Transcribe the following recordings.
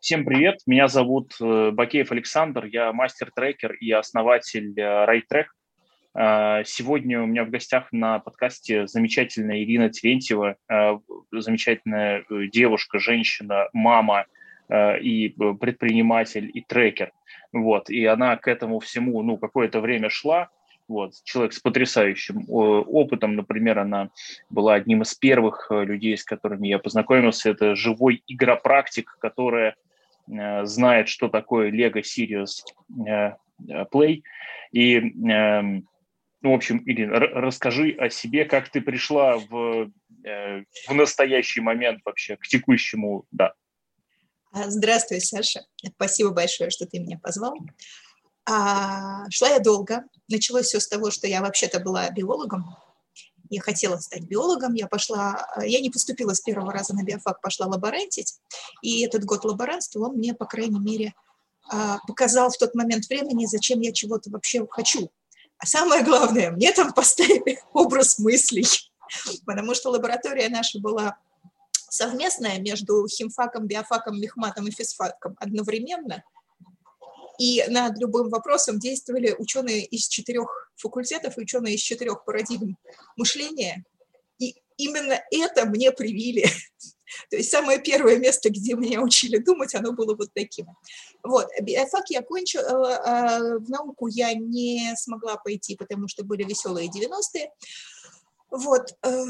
Всем привет, меня зовут Бакеев Александр, я мастер-трекер и основатель RideTrack. Сегодня у меня в гостях на подкасте замечательная Ирина Терентьева, замечательная девушка, женщина, мама и предприниматель, и трекер. Вот. И она к этому всему какое-то время шла. Вот. Человек с потрясающим опытом. Например, она была одним из первых людей, с которыми я познакомился. Это живой игропрактик, которая знает, что такое Lego Serious Play. И, в общем, Ирина, расскажи о себе, как ты пришла в настоящий момент вообще, к текущему, да. Здравствуй, Саша. Спасибо большое, что ты меня позвал. Шла я долго. Началось все с того, что я вообще-то была биологом. Я хотела стать биологом. Я не поступила с первого раза на биофак, пошла лаборантить. И этот год лаборантства, он мне, по крайней мере, показал в тот момент времени, зачем я чего-то вообще хочу. А самое главное, мне там поставили образ мыслей. Потому что лаборатория наша была совместная между химфаком, биофаком, мехматом и физфаком одновременно. И над любым вопросом действовали ученые из 4 факультетов и ученые из 4 парадигм мышления. И именно это мне привили. То есть самое первое место, где меня учили думать, оно было вот таким. Вот. Биофак я окончила, в науку я не смогла пойти, потому что были веселые 90-е. Вот.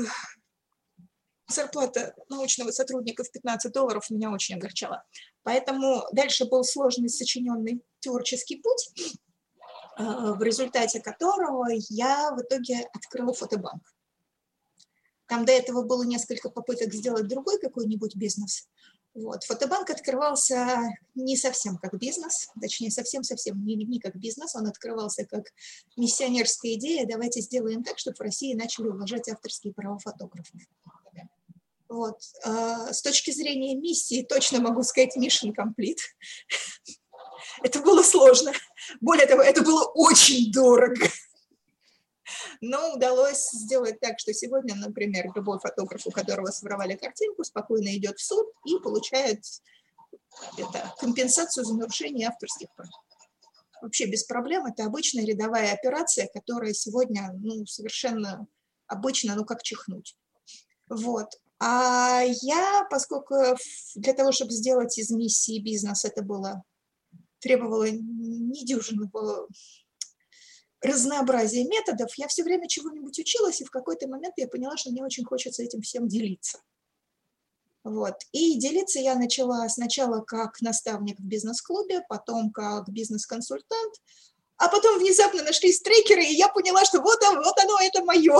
Зарплата научного сотрудника в $15 меня очень огорчала. Поэтому дальше был сложный, сочиненный творческий путь, в результате которого я в итоге открыла фотобанк. Там до этого было несколько попыток сделать другой какой-нибудь бизнес. Вот. Фотобанк открывался не совсем как бизнес, точнее, совсем-совсем не как бизнес, он открывался как миссионерская идея. Давайте сделаем так, чтобы в России начали уважать авторские права фотографов. Вот. С точки зрения миссии точно могу сказать mission complete. Это было сложно. Более того, это было очень дорого. Но удалось сделать так, что сегодня, например, любой фотограф, у которого своровали картинку, спокойно идет в суд и получает компенсацию за нарушение авторских прав. Вообще без проблем. Это обычная рядовая операция, которая сегодня совершенно обычно, как чихнуть. Вот. А я, поскольку для того, чтобы сделать из миссии бизнес, требовало недюжинного разнообразия методов, я все время чего-нибудь училась, и в какой-то момент я поняла, что мне очень хочется этим всем делиться. Вот. И делиться я начала сначала как наставник в бизнес-клубе, потом как бизнес-консультант, а потом внезапно нашлись трекеры, и я поняла, что вот оно, это мое.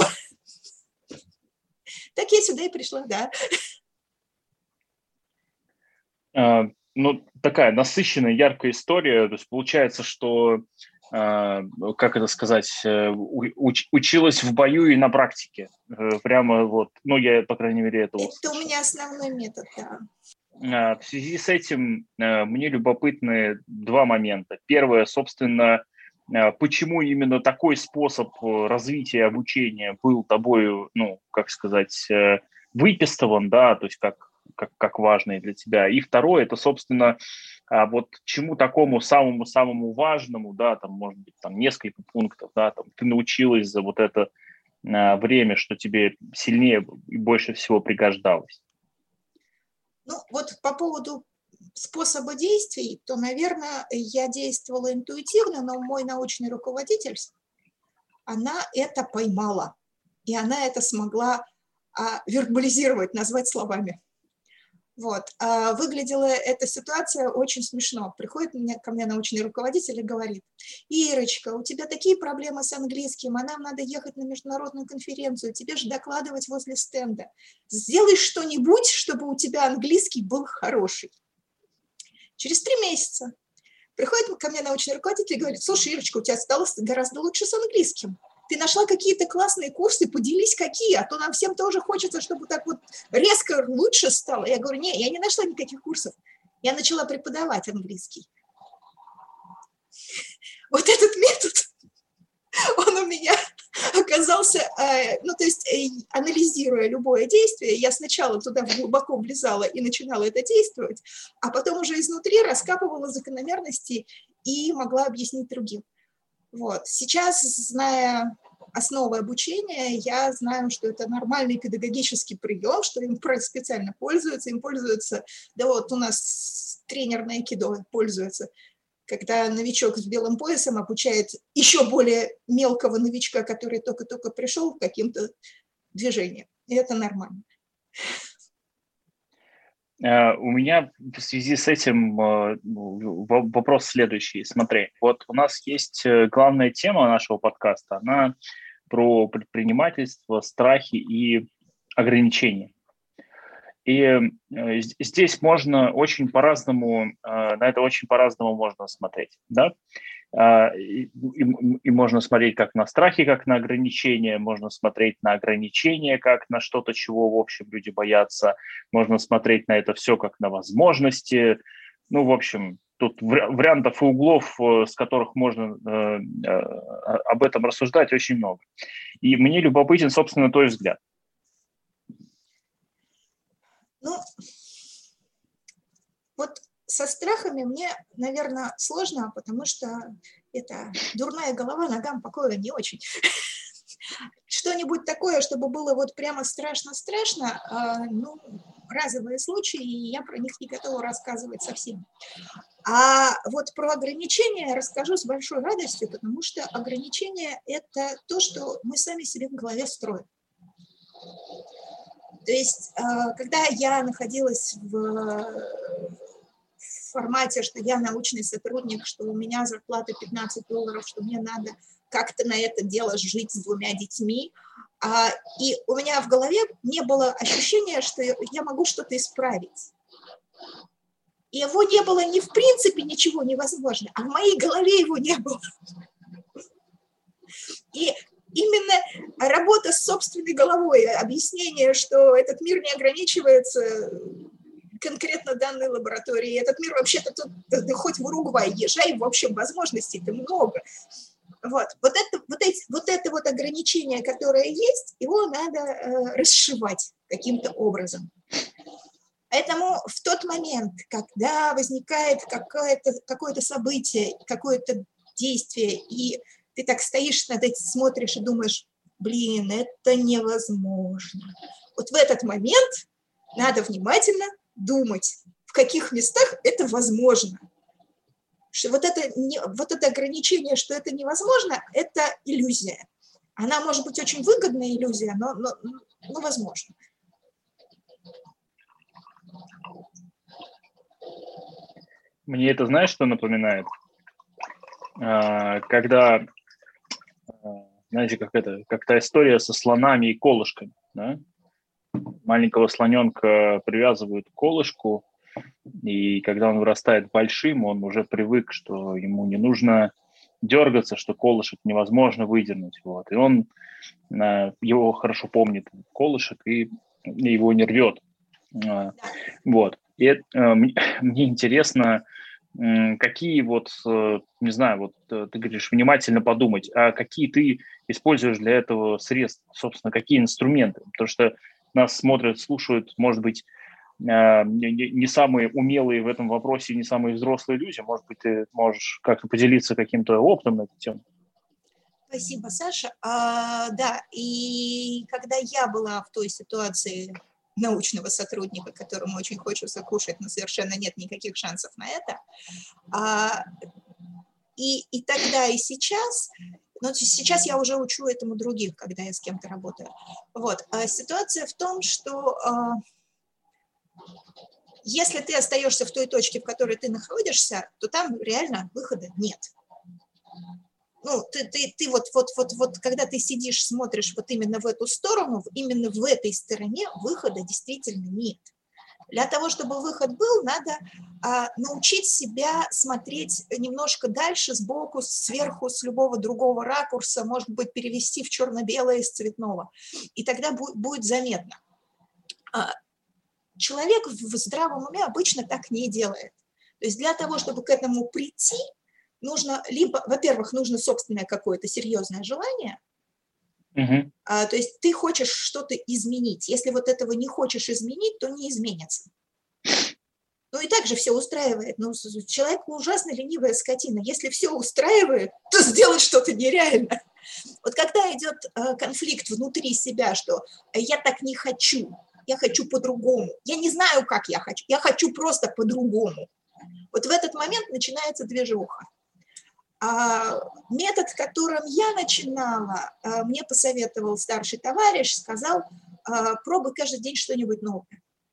Так я сюда и пришла, да. Такая насыщенная, яркая история. То есть получается, что, как это сказать, училась в бою и на практике. Прямо вот, я, по крайней мере, это услышал. Это у меня основной метод, да. В связи с этим мне любопытны 2 момента. Первое, собственно, почему именно такой способ развития обучения был тобою, выпистован, да, то есть как важный для тебя. И второе, это, собственно, вот чему такому самому важному, да, там, может быть, там несколько пунктов, да, там, ты научилась за вот это время, что тебе сильнее и больше всего пригождалось. Вот по поводу способа действий, то, наверное, я действовала интуитивно, но мой научный руководитель, она это поймала, и она это смогла вербализировать, назвать словами. Вот. Выглядела эта ситуация очень смешно. Приходит ко мне научный руководитель и говорит: Ирочка, у тебя такие проблемы с английским, а нам надо ехать на международную конференцию, тебе же докладывать возле стенда. Сделай что-нибудь, чтобы у тебя английский был хороший. Через 3 месяца приходит ко мне научный руководитель и говорит: слушай, Ирочка, у тебя стало гораздо лучше с английским. Ты нашла какие-то классные курсы, поделись какие, а то нам всем тоже хочется, чтобы так вот резко лучше стало. Я говорю: не, я не нашла никаких курсов. Я начала преподавать английский. Вот этот метод, он у меня оказался, ну, то есть, анализируя любое действие, я сначала туда глубоко влезала и начинала это действовать, а потом уже изнутри раскапывала закономерности и могла объяснить другим. Вот. Сейчас, зная основы обучения, я знаю, что это нормальный педагогический прием, что им специально пользуются, да вот у нас тренер на айкидо пользуется, когда новичок с белым поясом обучает еще более мелкого новичка, который только-только пришел к каким-то движениям. И это нормально. У меня в связи с этим вопрос следующий. Смотри, вот у нас есть главная тема нашего подкаста, она про предпринимательство, страхи и ограничения. И здесь можно очень по-разному, на это очень по-разному можно смотреть, да? И можно смотреть как на страхи, как на ограничения, можно смотреть на ограничения, как на что-то, чего, в общем, люди боятся, можно смотреть на это все как на возможности. Ну, в общем, тут вариантов и углов, с которых можно об этом рассуждать, очень много. И мне любопытен, собственно, твой взгляд. Ну, вот со страхами мне, наверное, сложно, потому что это дурная голова ногам покоя не очень. Что-нибудь такое, чтобы было вот прямо страшно-страшно, ну, разовые случаи, и я про них не готова рассказывать совсем. А вот про ограничения я расскажу с большой радостью, потому что ограничения – это то, что мы сами себе в голове строим. То есть, когда я находилась в формате, что я научный сотрудник, что у меня зарплата $15, что мне надо как-то на это дело жить с 2 детьми, и у меня в голове не было ощущения, что я могу что-то исправить. И его не было ни в принципе ничего невозможно, а в моей голове его не было. И именно работа с собственной головой, объяснение, что этот мир не ограничивается конкретно данной лабораторией, этот мир вообще-то тут, да хоть в Уругвай езжай, в общем, возможностей-то много. Вот это ограничение, которое есть, его надо расшивать каким-то образом. Поэтому в тот момент, когда возникает какое-то событие, какое-то действие, и ты так стоишь над этим, смотришь и думаешь, блин, это невозможно. Вот в этот момент надо внимательно думать, в каких местах это возможно. Что вот это ограничение, что это невозможно, это иллюзия. Она может быть очень выгодная иллюзия, но возможно. Мне это, знаешь, что напоминает? Когда, знаете, как та история со слонами и колышками, да? Маленького слоненка привязывают к колышку, и когда он вырастает большим, он уже привык, что ему не нужно дергаться, что колышек невозможно выдернуть. Вот. И он его хорошо помнит, колышек, и его не рвет. Вот. И мне интересно, какие вот, не знаю, вот ты говоришь, внимательно подумать, а какие ты используешь для этого средства, собственно, какие инструменты? Потому что нас смотрят, слушают, может быть, не самые умелые в этом вопросе, не самые взрослые люди. Может быть, ты можешь как-то поделиться каким-то опытом на эту тему? Спасибо, Саша. Да, и когда я была в той ситуации научного сотрудника, которому очень хочется кушать, но совершенно нет никаких шансов на это, и тогда, и сейчас, но сейчас я уже учу этому других, когда я с кем-то работаю. Вот. Ситуация в том, что если ты остаешься в той точке, в которой ты находишься, то там реально выхода нет. Ну, ты вот, когда ты сидишь, смотришь вот именно в эту сторону, именно в этой стороне выхода действительно нет. Для того, чтобы выход был, надо научить себя смотреть немножко дальше, сбоку, сверху, с любого другого ракурса, может быть, перевести в черно-белое из цветного. И тогда будет заметно. Человек в здравом уме обычно так не делает. То есть для того, чтобы к этому прийти, нужно либо, во-первых, нужно собственное какое-то серьезное желание, То есть ты хочешь что-то изменить. Если вот этого не хочешь изменить, то не изменится. Ну и так же все устраивает. Ну, человек ужасно ленивая скотина. Если все устраивает, то сделать что-то нереально. Вот когда идет конфликт внутри себя, что я так не хочу, я хочу по-другому, я не знаю, как я хочу просто по-другому. Вот в этот момент начинается движуха. Метод, которым я начинала, мне посоветовал старший товарищ, сказал, пробуй каждый день что-нибудь новое.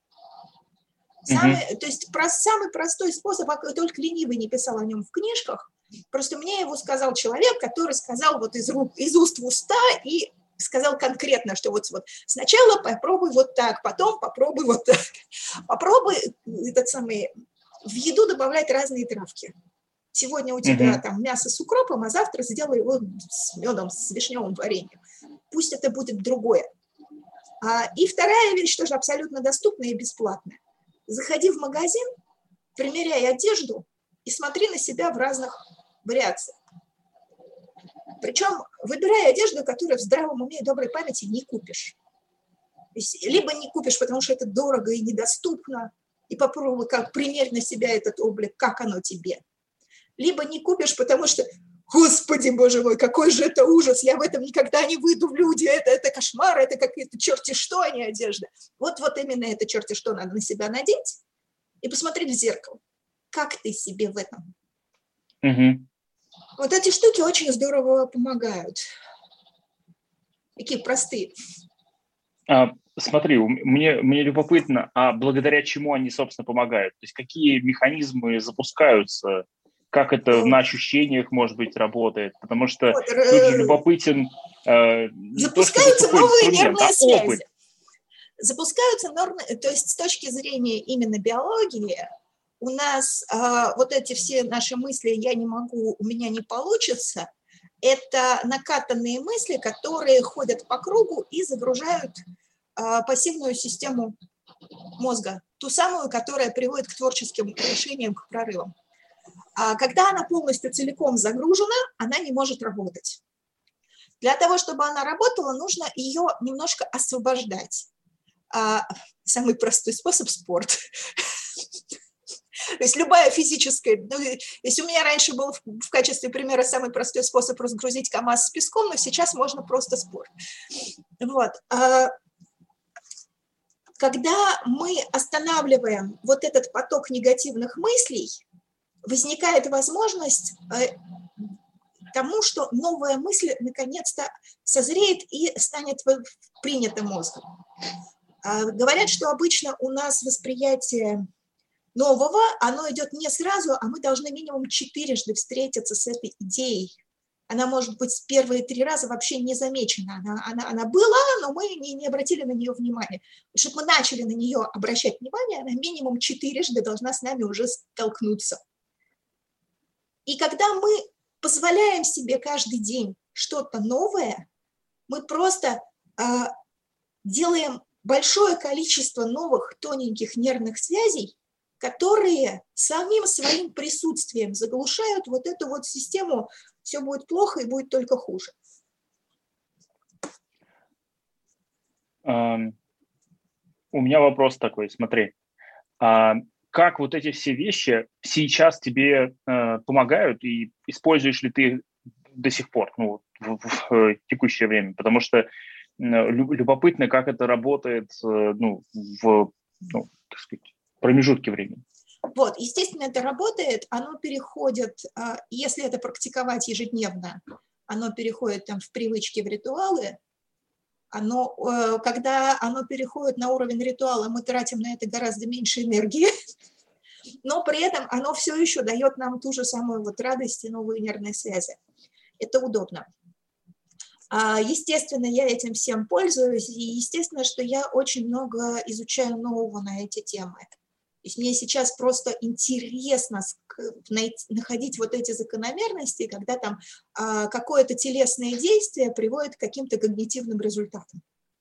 То есть самый простой способ, только ленивый не писал о нем в книжках, просто мне его сказал человек, который сказал вот из уст в уста и сказал конкретно, что вот сначала попробуй вот так, потом попробуй вот так. Попробуй в еду добавлять разные травки. Сегодня у тебя там мясо с укропом, а завтра сделай его с медом, с вишневым вареньем. Пусть это будет другое. И вторая вещь тоже абсолютно доступная и бесплатная. Заходи в магазин, примеряй одежду и смотри на себя в разных вариациях. Причем выбирай одежду, которую в здравом уме и доброй памяти не купишь. То есть, либо не купишь, потому что это дорого и недоступно, и попробуй примерь на себя этот облик, как оно тебе. Либо не купишь, потому что, Господи, Боже мой, какой же это ужас, я в этом никогда не выйду в люди, это кошмар, это какие-то черти что, а не одежда. Вот именно это черти что надо на себя надеть и посмотреть в зеркало, как ты себе в этом. Вот эти штуки очень здорово помогают. Такие простые. Смотри, мне любопытно, благодаря чему они, собственно, помогают? То есть какие механизмы запускаются? Как это на ощущениях, может быть, работает? Потому что тут же любопытен не то, что это какой инструмент, а опыт. Запускаются нормы, то есть с точки зрения именно биологии, у нас вот эти все наши мысли «я не могу», «у меня не получится», это накатанные мысли, которые ходят по кругу и загружают пассивную систему мозга, ту самую, которая приводит к творческим решениям, к прорывам. А когда она полностью целиком загружена, она не может работать. Для того, чтобы она работала, нужно ее немножко освобождать. Самый простой способ – спорт. То есть любая физическая… Если у меня раньше был в качестве примера самый простой способ разгрузить КАМАЗ с песком, но сейчас можно просто спорт. Вот. Когда мы останавливаем вот этот поток негативных мыслей, возникает возможность тому, что новая мысль наконец-то созреет и станет принята мозгом. Говорят, что обычно у нас восприятие нового, оно идет не сразу, а мы должны минимум 4 встретиться с этой идеей. Она может быть первые 3 раза вообще не замечена. Она была, но мы не обратили на нее внимания. Чтобы мы начали на нее обращать внимание, она минимум 4 должна с нами уже столкнуться. И когда мы позволяем себе каждый день что-то новое, мы просто делаем большое количество новых тоненьких нервных связей, которые самим своим присутствием заглушают вот эту вот систему «все будет плохо и будет только хуже». У меня вопрос такой, смотри. Как вот эти все вещи сейчас тебе помогают, и используешь ли ты до сих пор, в текущее время? Потому что любопытно, как это работает в так сказать, промежутке времени. Вот, естественно, это работает, оно переходит, если это практиковать ежедневно, оно переходит в привычки, в ритуалы. Когда оно переходит на уровень ритуала, мы тратим на это гораздо меньше энергии, но при этом оно все еще дает нам ту же самую радость и новые нервные связи. Это удобно. Естественно, я этим всем пользуюсь, и естественно, что я очень много изучаю нового на эти темы. То есть мне сейчас просто интересно находить вот эти закономерности, когда там какое-то телесное действие приводит к каким-то когнитивным результатам.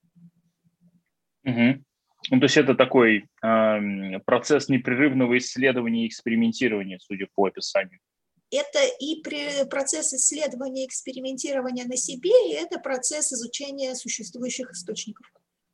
То есть это такой процесс непрерывного исследования и экспериментирования, судя по описанию. Это и процесс исследования, экспериментирования на себе, и это процесс изучения существующих источников.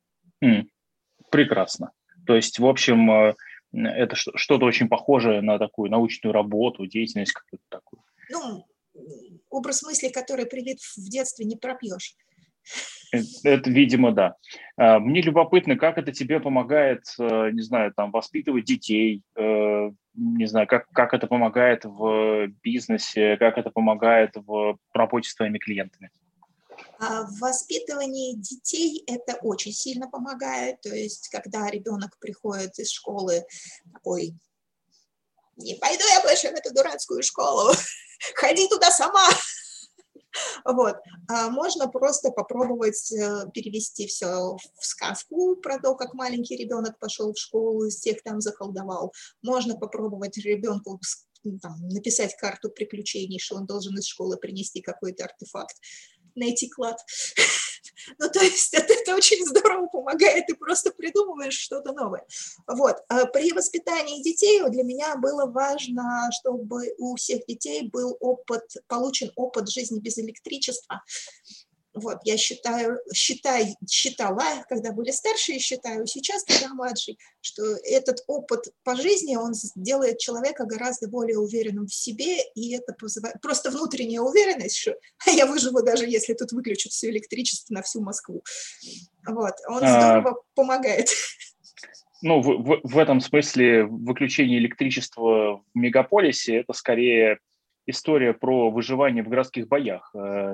Прекрасно. То есть, в общем, это что-то очень похожее на такую научную работу, деятельность какую-то такую. Ну, образ мысли, который привит в детстве, не пропьешь. Это, видимо, да. Мне любопытно, как это тебе помогает, не знаю, там, воспитывать детей, не знаю, как это помогает в бизнесе, как это помогает в работе с твоими клиентами. В воспитывании детей это очень сильно помогает. То есть, когда ребенок приходит из школы такой: не пойду я больше в эту дурацкую школу, ходи туда сама. Вот. Можно просто попробовать перевести все в сказку про то, как маленький ребенок пошел в школу и всех там заколдовал. Можно попробовать ребенку написать карту приключений, что он должен из школы принести какой-то артефакт, найти клад. Ну, то есть это очень здорово помогает, ты просто придумываешь что-то новое. Вот. При воспитании детей для меня было важно, чтобы у всех детей был получен опыт жизни без электричества. Вот, я считала, когда были старшие, считаю сейчас, когда младший, что этот опыт по жизни, он делает человека гораздо более уверенным в себе, и это просто внутренняя уверенность, что я выживу, даже если тут выключат все электричество на всю Москву. Вот, он здорово помогает. Ну, в этом смысле выключение электричества в мегаполисе – это скорее история про выживание в городских боях,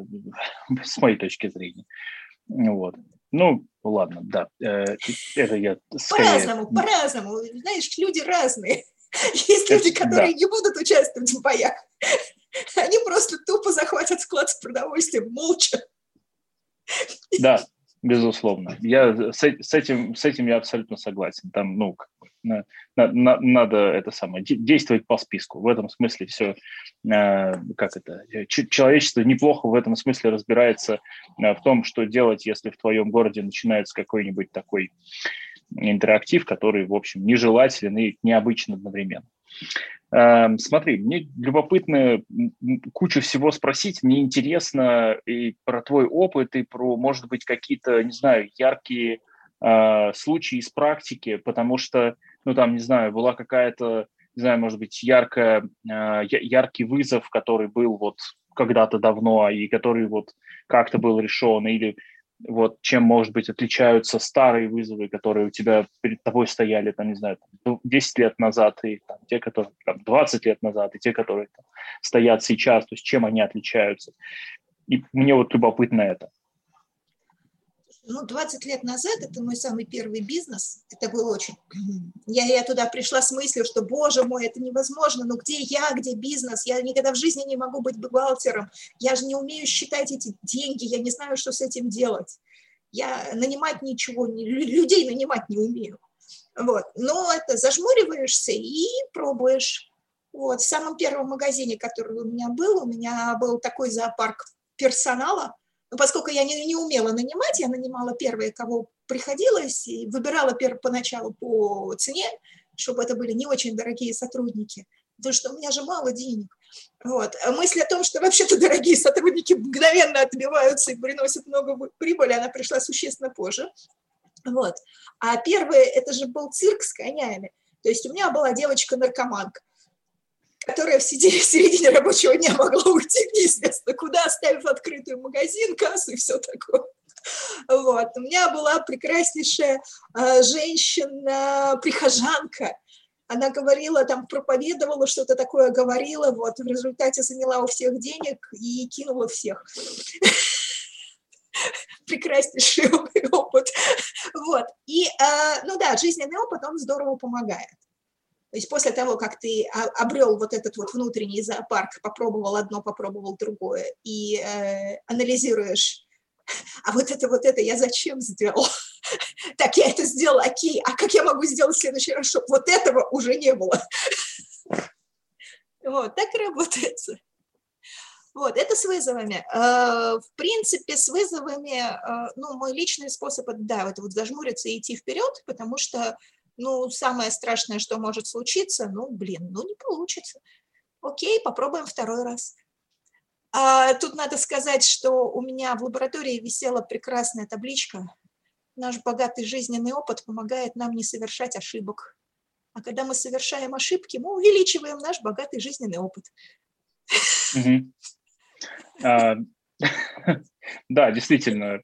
с моей точки зрения. Вот. Ну, ладно, да. Это я скорее... По-разному. Знаешь, люди разные. Есть люди, которые не будут участвовать в боях. Они просто тупо захватят склад с продовольствием молча. Да, безусловно. Я с этим я абсолютно согласен. Там, ну, надо это самое действовать по списку. В этом смысле все, человечество неплохо в этом смысле разбирается в том, что делать, если в твоем городе начинается какой-нибудь такой интерактив, который, в общем, нежелателен и необычен одновременно. Смотри, мне любопытно кучу всего спросить. Мне интересно и про твой опыт, и про, может быть, какие-то, не знаю, яркие случаи из практики, потому что, ну, там, не знаю, была какая-то, не знаю, может быть, яркий вызов, который был вот когда-то давно, и который вот как-то был решен, или вот чем, может быть, отличаются старые вызовы, которые у тебя перед тобой стояли, там, не знаю, 10 лет назад, и там, те, которые там, 20 лет назад, и те, которые там, стоят сейчас, то есть чем они отличаются. И мне вот любопытно это. Ну, 20 лет назад это мой самый первый бизнес. Это было очень... Я туда пришла с мыслью, что, боже мой, это невозможно. Но где я, где бизнес? Я никогда в жизни не могу быть бухгалтером. Я же не умею считать эти деньги. Я не знаю, что с этим делать. Я нанимать ничего, людей нанимать не умею. Вот. Но это зажмуриваешься и пробуешь. Вот. В самом первом магазине, который у меня был такой зоопарк персонала. Но поскольку я не умела нанимать, я нанимала первые, кого приходилось, и выбирала поначалу по цене, чтобы это были не очень дорогие сотрудники, потому что у меня же мало денег. Вот. А мысль о том, что вообще-то дорогие сотрудники мгновенно отбиваются и приносят много прибыли, она пришла существенно позже. Вот. А первое, это же был цирк с конями. То есть у меня была девочка-наркоманка, которая в середине рабочего дня могла уйти неизвестно куда, оставив открытую магазин, кассу и все такое. Вот. У меня была прекраснейшая женщина-прихожанка. Она говорила, там проповедовала, что-то такое говорила, вот, в результате заняла у всех денег и кинула всех. Прекраснейший опыт. Вот. И, ну да, жизненный опыт, он здорово помогает. То есть после того, как ты обрел вот этот вот внутренний зоопарк, попробовал одно, попробовал другое, и анализируешь, а вот это я зачем сделал? Так, я это сделала, окей, а как я могу сделать в следующий раз, чтобы вот этого уже не было? Вот, так и работает. Вот, это с вызовами. В принципе, с вызовами, ну, мой личный способ, да, это вот зажмуриться и идти вперед, потому что, ну, самое страшное, что может случиться, ну, не получится. Окей, попробуем второй раз. Тут надо сказать, что у меня в лаборатории висела прекрасная табличка. Наш богатый жизненный опыт помогает нам не совершать ошибок. А когда мы совершаем ошибки, мы увеличиваем наш богатый жизненный опыт. Мгм. Да, действительно.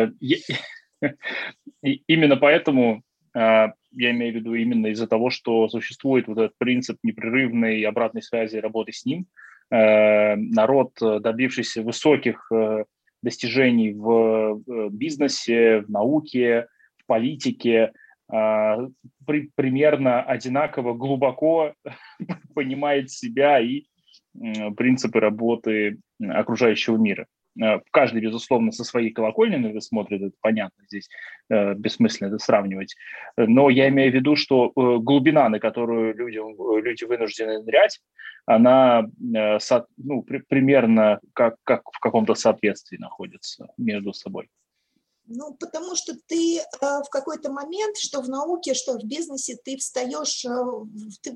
И именно поэтому, я имею в виду именно из-за того, что существует вот этот принцип непрерывной обратной связи и работы с ним, народ, добившийся высоких достижений в бизнесе, в науке, в политике, примерно одинаково глубоко понимает себя и принципы работы окружающего мира. Каждый, безусловно, со своей колокольни на это смотрит, это понятно, здесь бессмысленно это сравнивать. Но я имею в виду, что глубина, на которую люди вынуждены нырять, она примерно как в каком-то соответствии находится между собой. Ну, потому что ты в какой-то момент, что в науке, что в бизнесе, ты встаешь, ты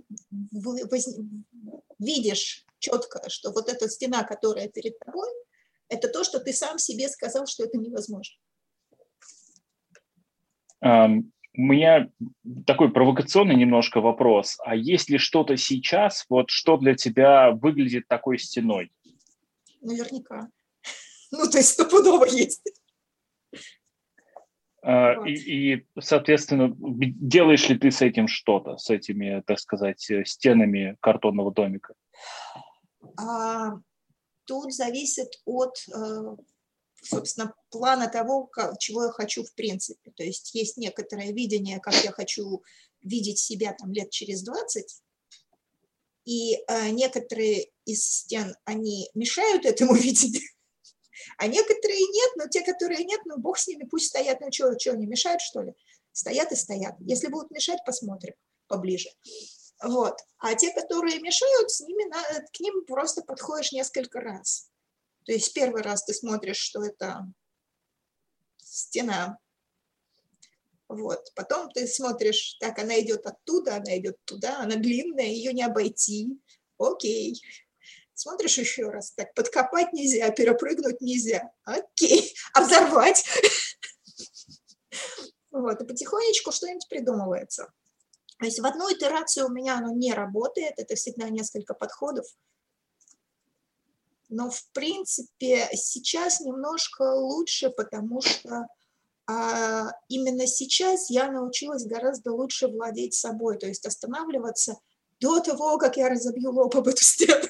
видишь четко, что вот эта стена, которая перед тобой, это то, что ты сам себе сказал, что это невозможно. У меня такой провокационный немножко вопрос. А есть ли что-то сейчас, вот что для тебя выглядит такой стеной? Наверняка. Ну, то есть стопудово есть. И, соответственно, делаешь ли ты с этим что-то, с этими, так сказать, стенами картонного домика? Тут зависит от, собственно, плана того, чего я хочу в принципе. То есть есть некоторое видение, как я хочу видеть себя там лет через 20, и некоторые из стен, они мешают этому видению, а некоторые нет, но те, которые нет, ну, бог с ними, пусть стоят. Ну, что, они мешают, что ли? Стоят и стоят. Если будут мешать, посмотрим поближе. Вот. А те, которые мешают, к ним просто подходишь несколько раз. То есть первый раз ты смотришь, что это стена. Вот. Потом ты смотришь, так, она идет оттуда, она идет туда, она длинная, ее не обойти. Окей. Смотришь еще раз, так, подкопать нельзя, перепрыгнуть нельзя. Окей. А взорвать? Вот. И потихонечку что-нибудь придумывается. То есть в одну итерацию у меня оно не работает, это всегда несколько подходов. Но, в принципе, сейчас немножко лучше, потому что именно сейчас я научилась гораздо лучше владеть собой, то есть останавливаться до того, как я разобью лоб об эту стену.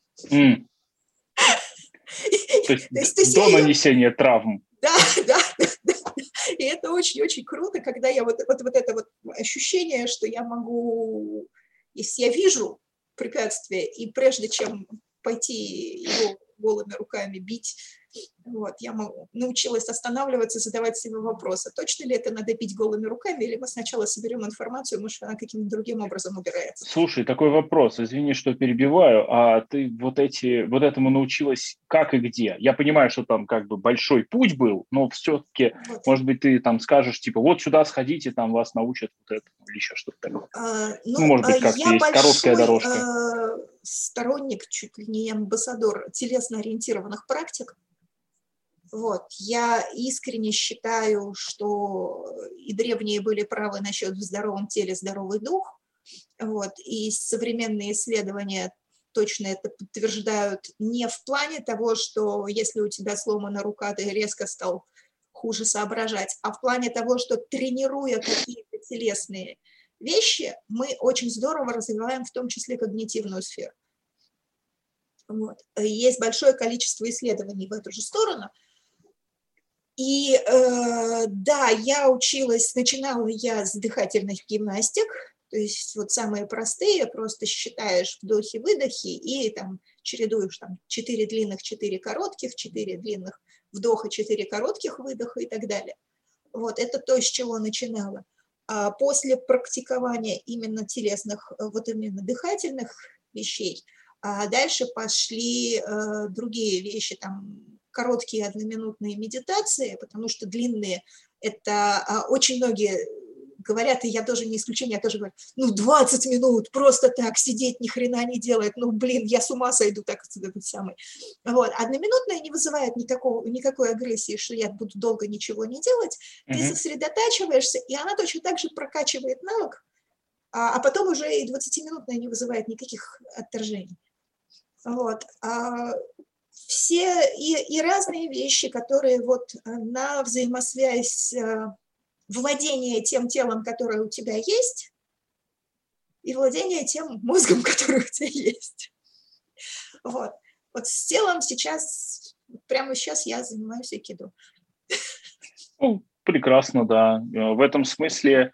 То есть до нанесения травм. Да. И это очень-очень круто, когда я вот это вот ощущение, что я могу, если я вижу препятствие, и прежде чем пойти его голыми руками бить, вот, я научилась останавливаться, задавать себе вопросы, точно ли это надо бить голыми руками, или мы сначала соберем информацию, может, она каким-то другим образом убирается. Слушай, такой вопрос, извини, что перебиваю, а ты вот этому научилась как и где? Я понимаю, что там как бы большой путь был, но все-таки, вот. Может быть, ты там скажешь, типа, вот сюда сходите, там вас научат вот этому или еще что-то такое. Может быть, как-то есть короткая дорожка. Я сторонник, чуть ли не амбассадор телесно-ориентированных практик. Вот. Я искренне считаю, что и древние были правы насчет в здоровом теле здоровый дух. Вот. И современные исследования точно это подтверждают не в плане того, что если у тебя сломана рука, ты резко стал хуже соображать, а в плане того, что тренируя какие-то телесные вещи, мы очень здорово развиваем в том числе когнитивную сферу. Вот. Есть большое количество исследований в эту же сторону. И да, я училась, начинала я с дыхательных гимнастик, то есть вот самые простые, просто считаешь вдохи-выдохи и там чередуешь там 4 длинных, 4 коротких, 4 длинных вдоха, 4 коротких выдоха и так далее. Вот это то, с чего начинала. А после практикования именно телесных, вот именно дыхательных вещей, дальше пошли другие вещи, там короткие одноминутные медитации, потому что длинные, это очень многие говорят, и я тоже не исключение, я тоже говорю, 20 минут просто так сидеть, ни хрена не делает, я с ума сойду так самый. Вот. Одноминутное не вызывает никакой агрессии, что я буду долго ничего не делать, ты сосредотачиваешься, и она точно так же прокачивает навык, а потом уже и 20-минутное не вызывает никаких отторжений. Вот. Все и разные вещи, которые вот на взаимосвязь владение тем телом, которое у тебя есть, и владение тем мозгом, который у тебя есть. Вот с телом прямо сейчас я занимаюсь айкидо. Прекрасно, да. В этом смысле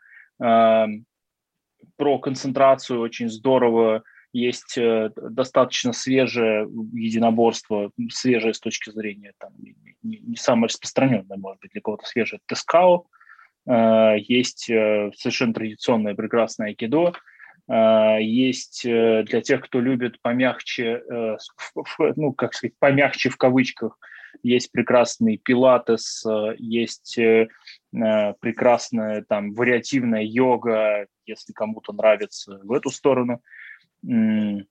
про концентрацию очень здорово. Есть достаточно свежее единоборство, свежее с точки зрения, не самое распространенное, может быть, для кого-то свежее, Тескао. Есть совершенно традиционное прекрасное айкидо. Есть для тех, кто любит помягче, помягче в кавычках, есть прекрасный пилатес, есть прекрасная вариативная йога, если кому-то нравится в эту сторону. У них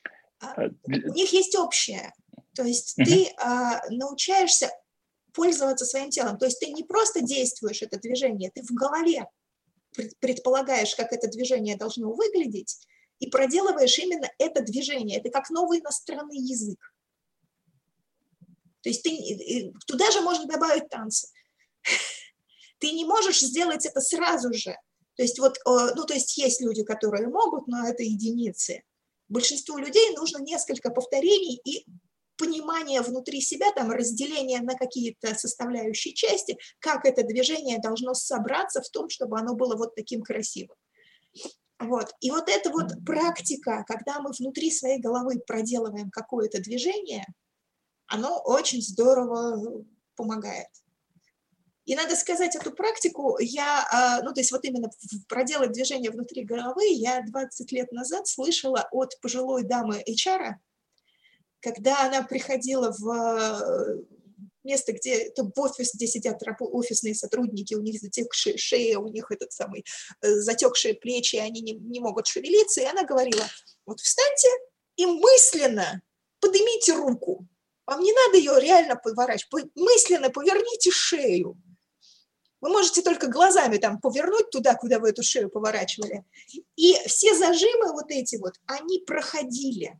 есть общее. То есть ты научаешься пользоваться своим телом. То есть ты не просто действуешь это движение, ты в голове предполагаешь, как это движение должно выглядеть, и проделываешь именно это движение. Это как новый иностранный язык. То есть туда же можно добавить танцы. Ты не можешь сделать это сразу же. То есть есть люди, которые могут, но это единицы. Большинству людей нужно несколько повторений и понимание внутри себя, разделение на какие-то составляющие части, как это движение должно собраться в том, чтобы оно было вот таким красивым. Вот. И вот эта вот практика, когда мы внутри своей головы проделываем какое-то движение, оно очень здорово помогает. И надо сказать, эту практику именно проделать движение внутри головы я 20 лет назад слышала от пожилой дамы HR, когда она приходила в место, в офис, где сидят офисные сотрудники, у них затекшие шеи, у них затекшие плечи, они не могут шевелиться, и она говорила, вот встаньте и мысленно поднимите руку. Вам не надо ее реально поворачивать, мысленно поверните шею. Вы можете только глазами повернуть туда, куда вы эту шею поворачивали. И все зажимы вот эти вот, они проходили.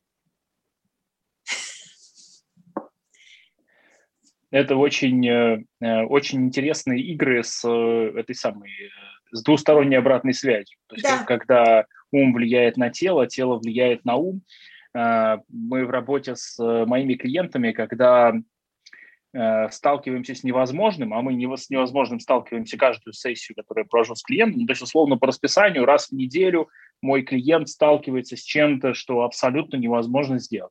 Это очень интересные игры с двусторонней обратной связью. То есть, да. Когда ум влияет на тело, тело влияет на ум. Мы в работе с моими клиентами, когда сталкиваемся с невозможным, а мы с невозможным сталкиваемся каждую сессию, которую я провожу с клиентом, то есть, условно, по расписанию раз в неделю мой клиент сталкивается с чем-то, что абсолютно невозможно сделать.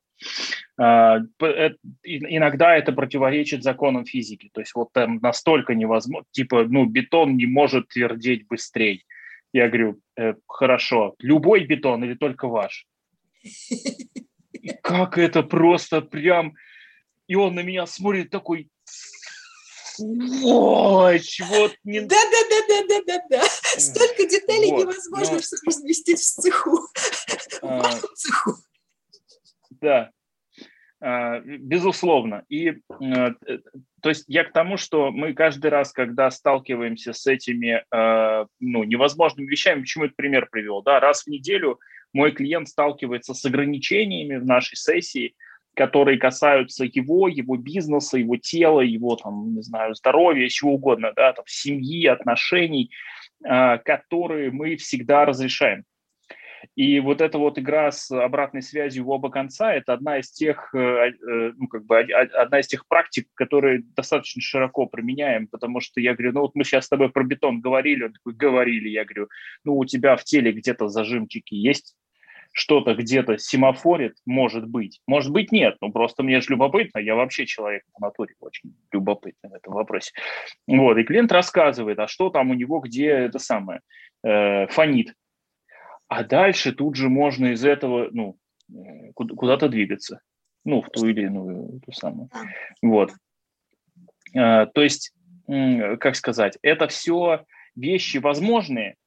Иногда это противоречит законам физики, то есть настолько невозможно, бетон не может твердеть быстрее. Я говорю, хорошо, любой бетон или только ваш? И как это просто прям... И он на меня смотрит такой, сволочь, вот не... Да. Столько деталей невозможно разместить в цеху. В вашем цеху. Да, безусловно. То есть я к тому, что мы каждый раз, когда сталкиваемся с этими невозможными вещами, почему этот пример привел, да, раз в неделю мой клиент сталкивается с ограничениями в нашей сессии, которые касаются его бизнеса, его тела, его здоровья, чего угодно, да, семьи, отношений, которые мы всегда разрешаем. И вот эта вот игра с обратной связью в оба конца – это одна из тех практик, которые достаточно широко применяем, потому что я говорю, мы сейчас с тобой про бетон говорили, он такой, говорили, я говорю, у тебя в теле где-то зажимчики есть? Что-то где-то семафорит, может быть нет, просто мне же любопытно, я вообще человек по натуре очень любопытный в этом вопросе. Вот, и клиент рассказывает, а что там у него, где это самое, фонит. А дальше тут же можно из этого, куда-то двигаться, в ту или иную, ту самую. Вот. То есть, как сказать, это все вещи возможные,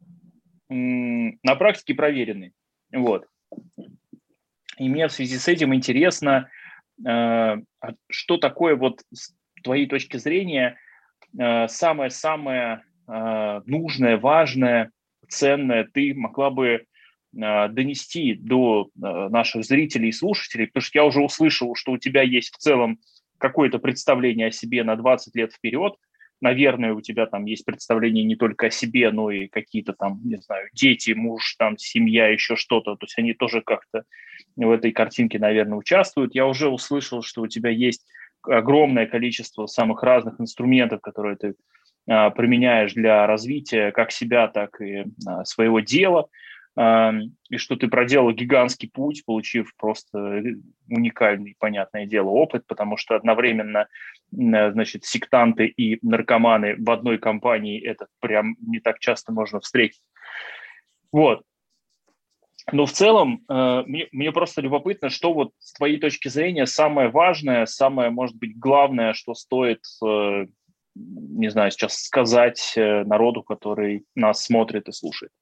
на практике проверенные. Вот. И мне в связи с этим интересно, что такое вот с твоей точки зрения самое-самое нужное, важное, ценное ты могла бы донести до наших зрителей и слушателей, потому что я уже услышал, что у тебя есть в целом какое-то представление о себе на 20 лет вперед. Наверное, у тебя там есть представление не только о себе, но и какие-то там, не знаю, дети, муж, там, семья, еще что-то. То есть они тоже как-то в этой картинке, наверное, участвуют. Я уже услышал, что у тебя есть огромное количество самых разных инструментов, которые ты применяешь для развития как себя, так и своего дела, и что ты проделал гигантский путь, получив просто уникальный, понятное дело, опыт, потому что одновременно, значит, сектанты и наркоманы в одной компании, это прям не так часто можно встретить. Вот. Но в целом мне просто любопытно, что вот с твоей точки зрения самое важное, самое, может быть, главное, что стоит, не знаю, сейчас сказать народу, который нас смотрит и слушает.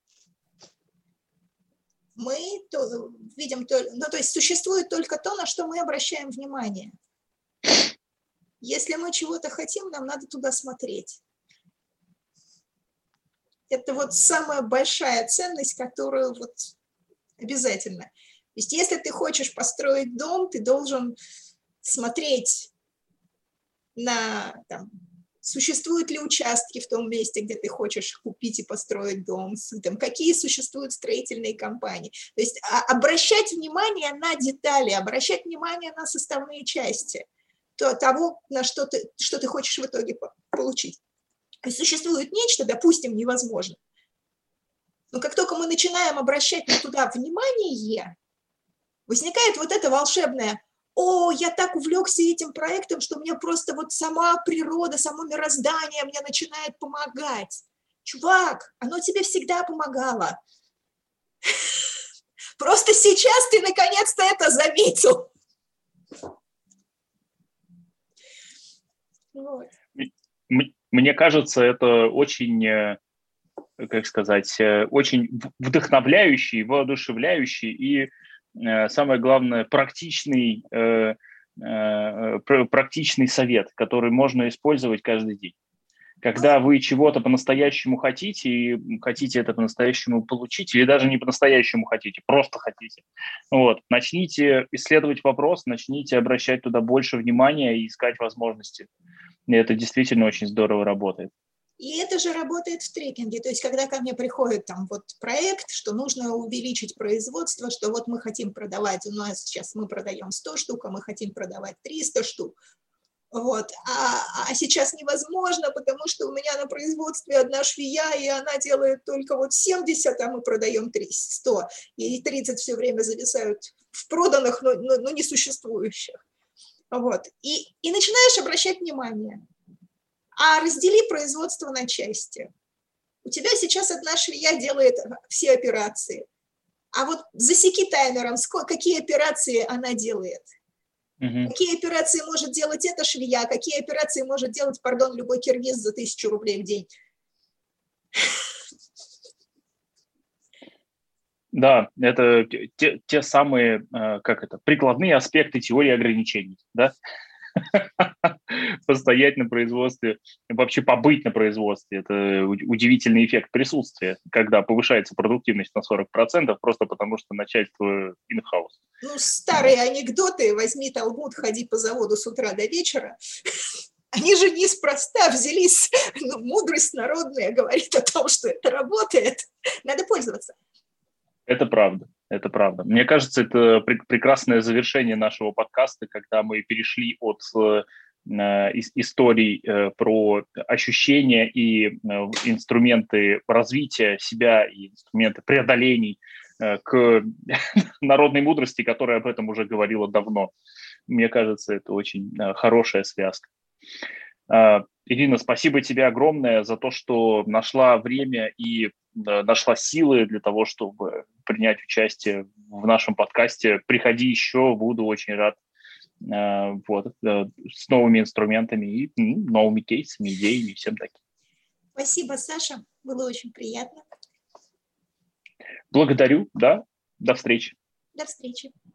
Мы видим, ну, то есть существует только то, на что мы обращаем внимание. Если мы чего-то хотим, нам надо туда смотреть. Это вот самая большая ценность, которую вот обязательно. То есть если ты хочешь построить дом, ты должен смотреть на, там, существуют ли участки в том месте, где ты хочешь купить и построить дом, там, какие существуют строительные компании. То есть обращать внимание на детали, обращать внимание на составные части того, на что ты хочешь в итоге получить. И существует нечто, допустим, невозможно. Но как только мы начинаем обращать туда внимание, возникает вот это волшебное: о, я так увлекся этим проектом, что мне просто вот сама природа, само мироздание мне начинает помогать. Чувак, оно тебе всегда помогало. Просто сейчас ты наконец-то это заметил. Вот. Мне кажется, это очень, как сказать, очень вдохновляющий, воодушевляющий и, самое главное, практичный совет, который можно использовать каждый день. Когда вы чего-то по-настоящему хотите, и хотите это по-настоящему получить, или даже не по-настоящему хотите, просто хотите, вот, начните исследовать вопрос, начните обращать туда больше внимания и искать возможности. И это действительно очень здорово работает. И это же работает в трекинге. То есть когда ко мне приходит там вот проект, что нужно увеличить производство, что вот мы хотим продавать, у нас сейчас мы продаем 100 штук, а мы хотим продавать 300 штук. Вот. А сейчас невозможно, потому что у меня на производстве одна швея, и она делает только вот 70, а мы продаем 100. И 30 все время зависают в проданных, но несуществующих. Вот. И начинаешь обращать внимание. А раздели производство на части. У тебя сейчас одна швея делает все операции. А вот засеки таймером, какие операции она делает. Какие операции может делать эта швея, какие операции может делать, пардон, любой киргиз за 1000 рублей в день. Да, это те самые, прикладные аспекты теории ограничений, да? Постоять на производстве, вообще побыть на производстве. Это удивительный эффект присутствия, когда повышается продуктивность на 40%, просто потому что начальство in-house. Ну, старые анекдоты: возьми талмуд, ходи по заводу с утра до вечера. Они же неспроста взялись, мудрость народная говорит о том, что это работает. Надо пользоваться. Это правда, это правда. Мне кажется, это прекрасное завершение нашего подкаста, когда мы перешли от историй про ощущения и инструменты развития себя и инструменты преодолений к народной мудрости, которая об этом уже говорила давно. Мне кажется, это очень хорошая связка. Ирина, спасибо тебе огромное за то, что нашла время и нашла силы для того, чтобы принять участие в нашем подкасте. Приходи еще, буду очень рад. Вот, с новыми инструментами и новыми кейсами, идеями и всем таким. Спасибо, Саша. Было очень приятно. Благодарю, да. До встречи. До встречи.